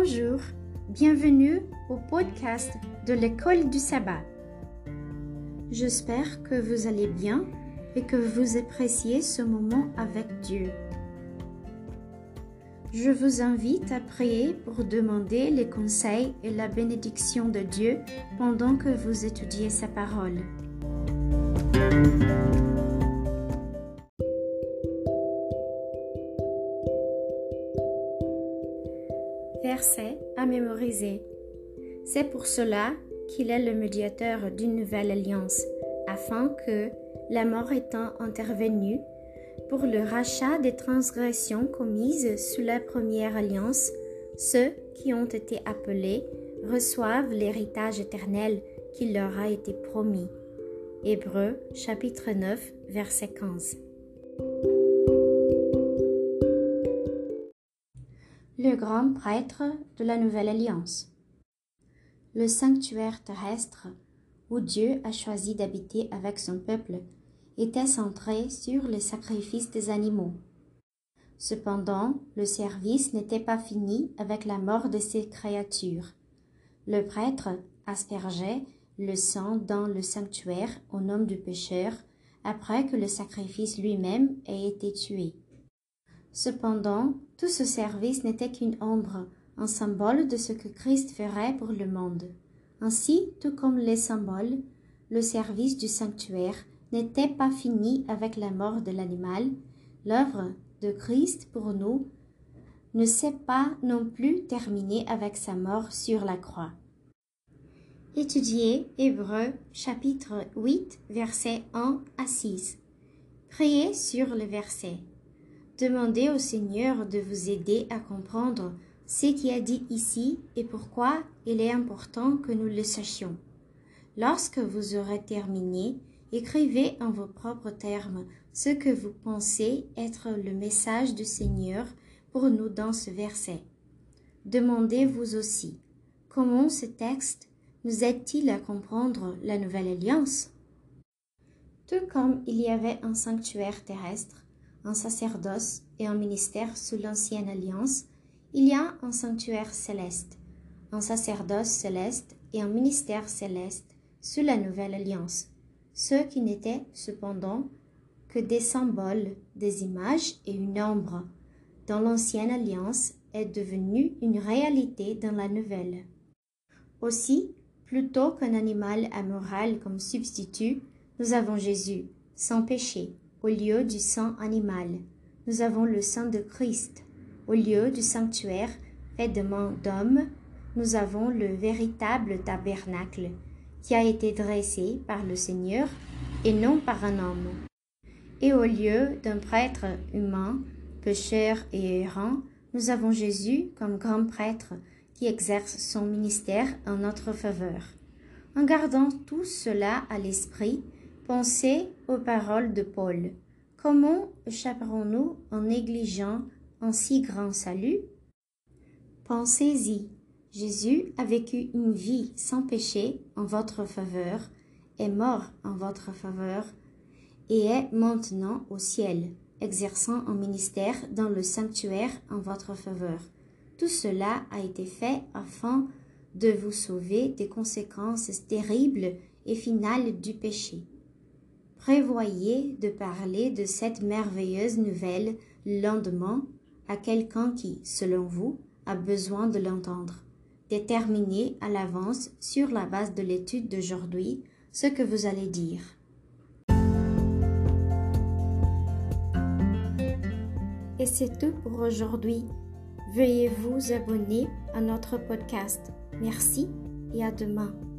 Bonjour, bienvenue au podcast de l'école du sabbat. J'espère que vous allez bien et que vous appréciez ce moment avec Dieu. Je vous invite à prier pour demander les conseils et la bénédiction de Dieu pendant que vous étudiez sa parole. Verset à mémoriser. C'est pour cela qu'il est le médiateur d'une nouvelle alliance, afin que, la mort étant intervenue, pour le rachat des transgressions commises sous la première alliance, ceux qui ont été appelés reçoivent l'héritage éternel qui leur a été promis. Hébreux, chapitre 9, verset 15. Le grand prêtre de la Nouvelle Alliance. Le sanctuaire terrestre, où Dieu a choisi d'habiter avec son peuple, était centré sur les sacrifices des animaux. Cependant, le service n'était pas fini avec la mort de ces créatures. Le prêtre aspergeait le sang dans le sanctuaire au nom du pécheur, après que le sacrifice lui-même ait été tué. Cependant, tout ce service n'était qu'une ombre, un symbole de ce que Christ ferait pour le monde. Ainsi, tout comme les symboles, le service du sanctuaire n'était pas fini avec la mort de l'animal. L'œuvre de Christ pour nous ne s'est pas non plus terminée avec sa mort sur la croix. Étudiez Hébreux chapitre 8, versets 1 à 6. Priez sur le verset. Demandez au Seigneur de vous aider à comprendre ce qui est dit ici et pourquoi il est important que nous le sachions. Lorsque vous aurez terminé, écrivez en vos propres termes ce que vous pensez être le message du Seigneur pour nous dans ce verset. Demandez-vous aussi, comment ce texte nous aide-t-il à comprendre la nouvelle alliance? Tout comme il y avait un sanctuaire terrestre, un sacerdoce et un ministère sous l'ancienne alliance, il y a un sanctuaire céleste, un sacerdoce céleste et un ministère céleste sous la nouvelle alliance, ceux qui n'étaient cependant que des symboles, des images et une ombre, dans l'ancienne alliance est devenue une réalité dans la nouvelle. Aussi, plutôt qu'un animal amoral comme substitut, nous avons Jésus, sans péché, au lieu du sang animal. Nous avons le sang de Christ. Au lieu du sanctuaire fait de mains d'hommes, nous avons le véritable tabernacle qui a été dressé par le Seigneur et non par un homme. Et au lieu d'un prêtre humain, pécheur et errant, nous avons Jésus comme grand prêtre qui exerce son ministère en notre faveur. En gardant tout cela à l'esprit, pensez aux paroles de Paul. Comment échapperons-nous en négligeant un si grand salut? Pensez-y, Jésus a vécu une vie sans péché en votre faveur, est mort en votre faveur et est maintenant au ciel, exerçant un ministère dans le sanctuaire en votre faveur. Tout cela a été fait afin de vous sauver des conséquences terribles et finales du péché. Prévoyez de parler de cette merveilleuse nouvelle le lendemain à quelqu'un qui, selon vous, a besoin de l'entendre. Déterminez à l'avance, sur la base de l'étude d'aujourd'hui, ce que vous allez dire. Et c'est tout pour aujourd'hui. Veuillez vous abonner à notre podcast. Merci et à demain.